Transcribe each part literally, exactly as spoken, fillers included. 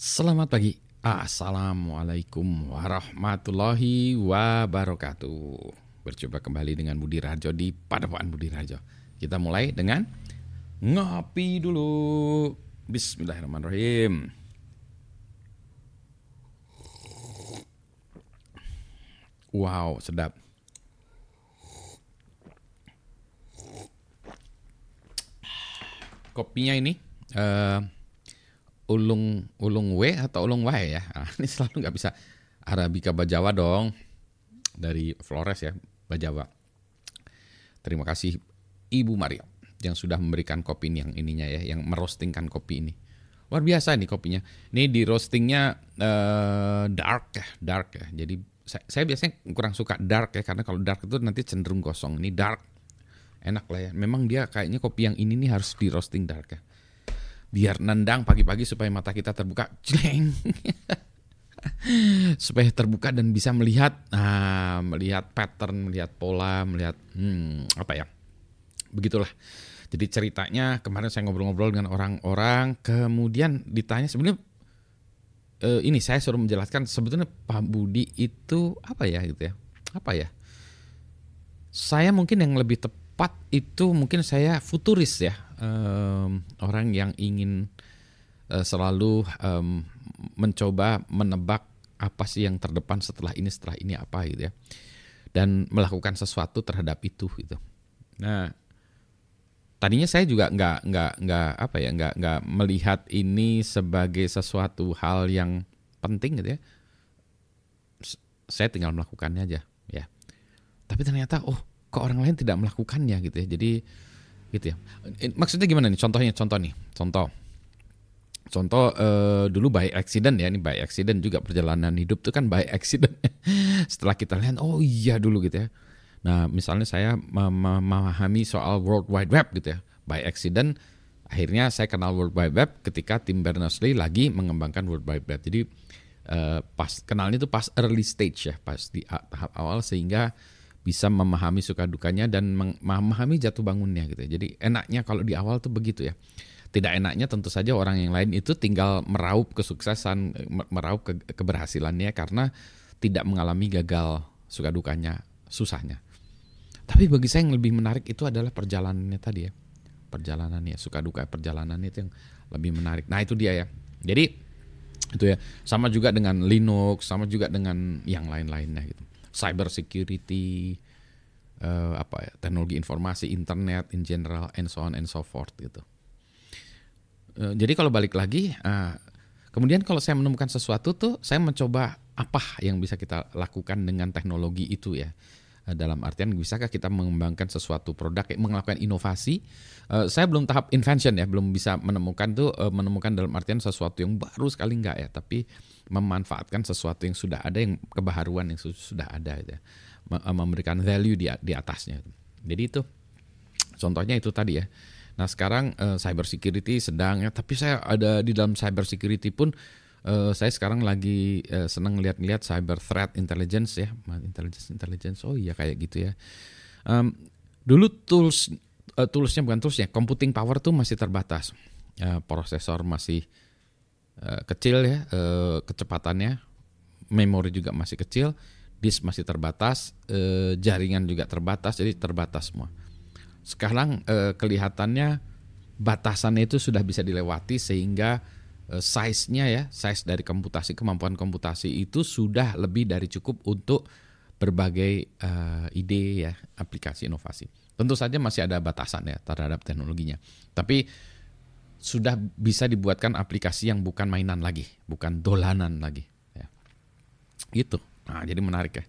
Selamat pagi. Assalamualaikum warahmatullahi wabarakatuh. Berjumpa kembali dengan Budi Rajo di Padepokan Budi Rajo. Kita mulai dengan ngopi dulu. Bismillahirrahmanirrahim. Wow, sedap. Kopinya ini uh, ulung ulung W atau ulung W ya. Nah, ini selalu nggak bisa Arabica Bajawa dong, dari Flores ya, Bajawa. Terima kasih Ibu Maria yang sudah memberikan kopi ini, yang ininya ya, yang merostingkan kopi ini. Luar biasa nih kopinya. Ini di roastingnya uh, dark ya, dark ya. Jadi saya, saya biasanya kurang suka dark ya, karena kalau dark itu nanti cenderung gosong. Ini dark, enak lah ya. Memang dia kayaknya kopi yang ini nih harus di roasting dark ya. Biar nendang pagi-pagi supaya mata kita terbuka, jeleng. Supaya terbuka dan bisa melihat, nah, melihat pattern, melihat pola, melihat hmm, apa ya, begitulah. Jadi ceritanya kemarin saya ngobrol-ngobrol dengan orang-orang, kemudian ditanya sebenarnya eh, ini saya suruh menjelaskan sebetulnya Pak Budi itu apa ya gitu ya, apa ya? Saya mungkin yang lebih tepat itu mungkin saya futuris ya. Um, orang yang ingin uh, selalu um, mencoba menebak apa sih yang terdepan setelah ini, setelah ini apa gitu ya, dan melakukan sesuatu terhadap itu gitu. Nah, tadinya saya juga nggak nggak nggak apa ya nggak nggak melihat ini sebagai sesuatu hal yang penting gitu ya. Saya tinggal melakukannya aja ya. Tapi ternyata oh kok orang lain tidak melakukannya gitu ya. Jadi gitu ya. Maksudnya gimana nih? Contohnya, contoh nih, contoh, contoh eh, dulu by accident ya, ini by accident juga perjalanan hidup itu kan by accident. Setelah kita lihat, oh iya dulu gitu ya. Nah, misalnya saya memahami soal World Wide Web gitu ya, by accident. Akhirnya saya kenal World Wide Web ketika Tim Berners-Lee lagi mengembangkan World Wide Web. Jadi eh, pas kenalnya itu pas early stage ya, pas di tahap awal sehingga bisa memahami suka dukanya dan memahami jatuh bangunnya gitu. Jadi enaknya kalau di awal tuh begitu ya. Tidak enaknya tentu saja orang yang lain itu tinggal meraup kesuksesan, meraup ke, keberhasilannya karena tidak mengalami gagal suka dukanya, susahnya. Tapi bagi saya yang lebih menarik itu adalah perjalanannya tadi ya. Perjalanannya, suka duka perjalanan itu yang lebih menarik. Nah, itu dia ya. Jadi itu ya, sama juga dengan Linux, sama juga dengan yang lain-lainnya gitu. Cyber security, uh, apa ya, teknologi informasi, internet in general, and so on and so forth gitu. Uh, jadi kalau balik lagi, uh, kemudian kalau saya menemukan sesuatu tuh, saya mencoba apa yang bisa kita lakukan dengan teknologi itu ya. Uh, dalam artian bisakah kita mengembangkan sesuatu produk, melakukan inovasi? Uh, saya belum tahap invention ya, belum bisa menemukan tuh, uh, menemukan dalam artian sesuatu yang baru sekali enggak ya, tapi memanfaatkan sesuatu yang sudah ada, yang kebaharuan yang sudah ada gitu ya. Memberikan value di di atasnya. Jadi itu contohnya itu tadi ya. Nah, sekarang uh, cyber security sedang ya, tapi saya ada di dalam cyber security pun uh, saya sekarang lagi uh, senang lihat-lihat cyber threat intelligence ya, intelligence intelligence. Oh iya kayak gitu ya. Um, dulu tools uh, toolsnya bukan toolsnya, computing power tuh masih terbatas. Uh, prosesor masih Uh, kecil ya, uh, kecepatannya, memori juga masih kecil, disk masih terbatas, uh, jaringan juga terbatas, jadi terbatas semua. Sekarang uh, kelihatannya batasannya itu sudah bisa dilewati sehingga uh, size-nya ya, size dari komputasi, kemampuan komputasi itu sudah lebih dari cukup untuk berbagai uh, ide ya, aplikasi inovasi. Tentu saja masih ada batasan ya terhadap teknologinya, tapi sudah bisa dibuatkan aplikasi yang bukan mainan lagi, bukan dolanan lagi ya. Gitu. Nah, jadi menarik ya.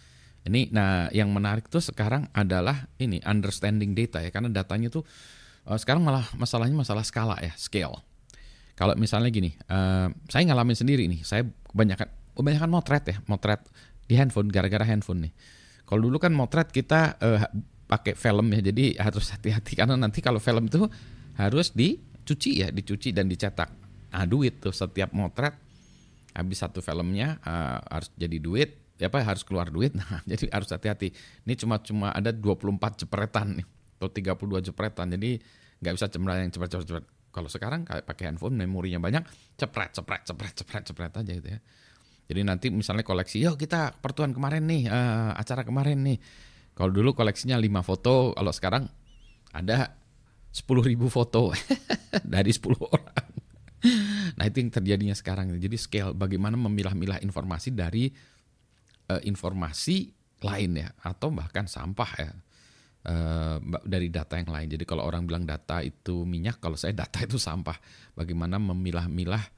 Ini nah yang menarik tuh sekarang adalah ini understanding data ya, karena datanya tuh uh, sekarang malah masalahnya masalah skala ya, scale. Kalau misalnya gini, uh, saya ngalamin sendiri nih, saya kebanyakan kebanyakan motret ya, motret di handphone gara-gara handphone nih. Kalau dulu kan motret kita uh, pakai film ya, jadi harus hati-hati karena nanti kalau film itu harus di cuci ya, dicuci dan dicetak. Nah, duit tuh setiap motret habis satu filmnya uh, harus jadi duit, ya apa harus keluar duit. Nah, jadi harus hati-hati. Ini cuma cuma ada dua puluh empat jepretan nih atau tiga puluh dua jepretan. Jadi nggak bisa cemra yang cepat-cepat. Kalau sekarang kayak pakai handphone memorinya banyak, cepret cepret cepret cepret cepret aja gitu ya. Jadi nanti misalnya koleksi, yuk kita pertuan kemarin nih, uh, acara kemarin nih. Kalau dulu koleksinya lima foto, kalau sekarang ada sepuluh ribu foto dari sepuluh orang. Nah itu yang terjadinya sekarang. Jadi scale bagaimana memilah-milah informasi dari uh, informasi lain ya, atau bahkan sampah ya. Uh, dari data yang lain. Jadi kalau orang bilang data itu minyak, kalau saya data itu sampah. Bagaimana memilah-milah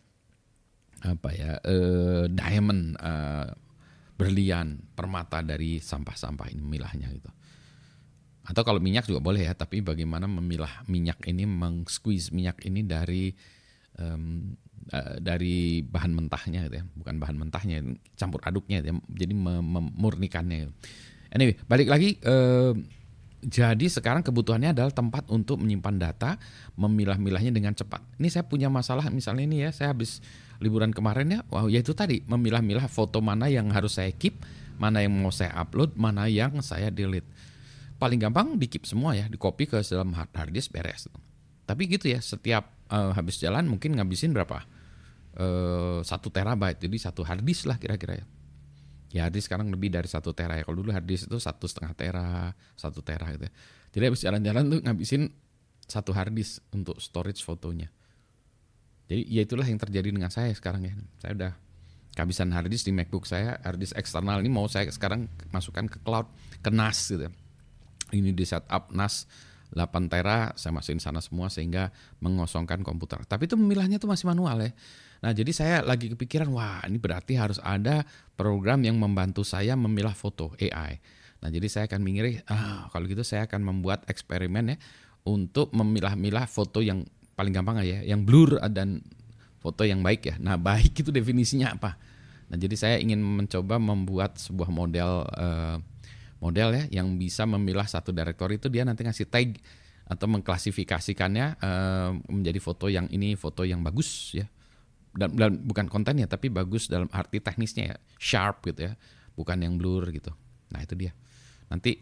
apa ya uh, diamond, uh, berlian, permata dari sampah-sampah ini, memilahnya gitu. Atau kalau minyak juga boleh ya, tapi bagaimana memilah minyak ini, meng-squeeze minyak ini dari um, uh, dari bahan mentahnya gitu ya, bukan bahan mentahnya, campur aduknya gitu ya. Jadi memurnikannya gitu. Anyway, balik lagi. Uh, Jadi sekarang kebutuhannya adalah tempat untuk menyimpan data, memilah-milahnya dengan cepat. Ini saya punya masalah misalnya ini ya, saya habis liburan kemarin ya, wow, ya itu tadi, memilah-milah foto mana yang harus saya keep, mana yang mau saya upload, mana yang saya delete. Paling gampang di keep semua ya, di copy ke dalam hard disk beres. Tapi gitu ya, setiap uh, habis jalan mungkin ngabisin berapa? Uh, satu terabyte, jadi satu hard disk lah kira-kira ya. Ya hard disk sekarang lebih dari satu tera ya. Kalau dulu hard disk itu satu setengah tera, satu tera gitu. Jadi habis jalan-jalan tuh ngabisin satu hard disk untuk storage fotonya. Jadi ya itulah yang terjadi dengan saya sekarang ya. Saya udah kehabisan hard disk di MacBook saya. Hard disk eksternal ini mau saya sekarang masukkan ke cloud, ke N A S gitu. Ini di setup N A S delapan tera, saya masukin sana semua sehingga mengosongkan komputer. Tapi itu memilahnya tuh masih manual ya. Nah jadi saya lagi kepikiran, wah ini berarti harus ada program yang membantu saya memilah foto A I. Nah jadi saya akan mikir, ah kalau gitu saya akan membuat eksperimen ya untuk memilah-milah foto yang paling gampang aja, yang blur dan foto yang baik ya. Nah baik itu definisinya apa? Nah jadi saya ingin mencoba membuat sebuah model uh, model ya yang bisa memilah satu directory itu, dia nanti ngasih tag atau mengklasifikasikannya uh, menjadi foto yang ini foto yang bagus ya. Dan, dan bukan kontennya tapi bagus dalam arti teknisnya ya, sharp gitu ya, bukan yang blur gitu. Nah itu dia. Nanti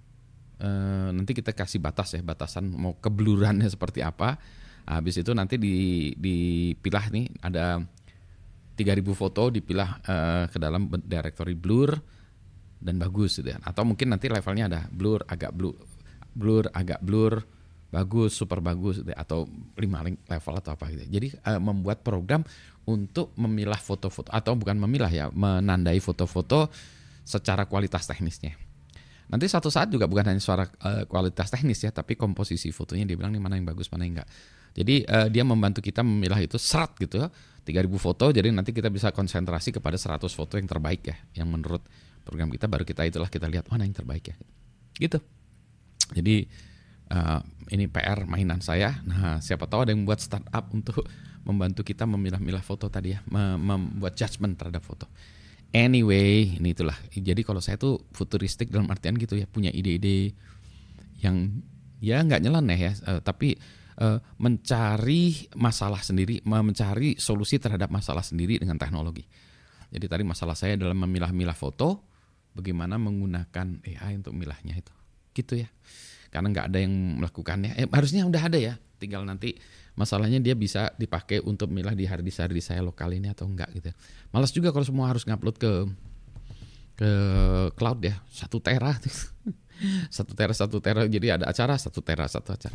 eh, nanti kita kasih batas ya, batasan mau keblurannya seperti apa. Habis itu nanti di, dipilah nih ada tiga ribu foto dipilah eh, ke dalam directory blur dan bagus gitu ya. Atau mungkin nanti levelnya ada blur, agak blur, blur, agak blur, bagus, super bagus, atau lima level atau apa gitu. Jadi uh, membuat program untuk memilah foto-foto, atau bukan memilah ya, menandai foto-foto secara kualitas teknisnya. Nanti suatu saat juga bukan hanya suara uh, kualitas teknis ya, tapi komposisi fotonya dia bilang nih mana yang bagus, mana yang enggak. Jadi uh, dia membantu kita memilah itu serat gitu ya, tiga ribu foto, jadi nanti kita bisa konsentrasi kepada seratus foto yang terbaik ya, yang menurut program kita, baru kita itulah kita lihat mana yang terbaik ya. Gitu. Jadi Uh, ini P R mainan saya. Nah, siapa tahu ada yang buat startup untuk membantu kita memilah-milah foto tadi ya, mem- membuat judgement terhadap foto. Anyway, ini itulah. Jadi kalau saya tuh futuristik dalam artian gitu ya, punya ide-ide yang ya nggak nyeleneh ya, uh, tapi uh, mencari masalah sendiri, mencari solusi terhadap masalah sendiri dengan teknologi. Jadi tadi masalah saya adalah memilah-milah foto, bagaimana menggunakan A I untuk milahnya itu, gitu ya. Karena nggak ada yang melakukannya, eh, harusnya udah ada ya, tinggal nanti masalahnya dia bisa dipakai untuk milah di hard disk saya lokal ini atau enggak gitu. Malas juga kalau semua harus ngupload ke ke cloud ya, satu tera, satu tera satu tera, jadi ada acara satu tera satu acara,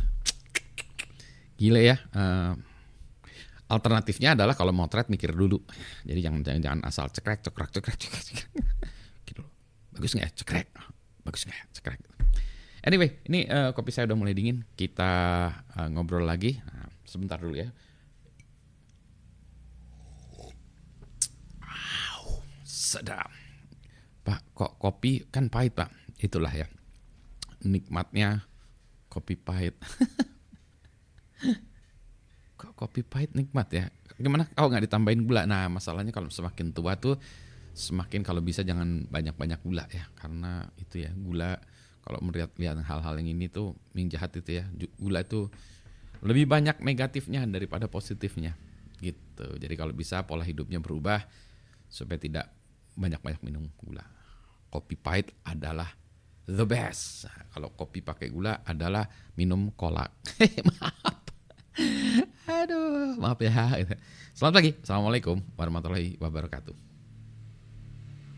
gile ya. Uh, alternatifnya adalah kalau mau thread mikir dulu, jadi jangan jangan, jangan asal cekrek cekrek cekrek cekrek, cekrek. Gitu. Bagus nggak ya cekrek, bagus nggak ya cekrek. Anyway, ini uh, kopi saya udah mulai dingin. Kita uh, ngobrol lagi. Nah, sebentar dulu ya. Wow, sedap. Pak, kok kopi kan pahit, Pak? Itulah ya, nikmatnya kopi pahit. Kok kopi pahit nikmat ya? Gimana kalau nggak ditambahin gula? Nah, masalahnya kalau semakin tua tuh semakin kalau bisa jangan banyak-banyak gula ya. Karena itu ya, gula kalau melihat lihat hal-hal yang ini tuh yang jahat itu ya, gula itu lebih banyak negatifnya daripada positifnya gitu. Jadi kalau bisa pola hidupnya berubah supaya tidak banyak-banyak minum gula. Kopi pahit adalah the best. Nah, kalau kopi pakai gula adalah minum kolak. Maaf. maaf ya. Selamat pagi. Assalamualaikum warahmatullahi wabarakatuh.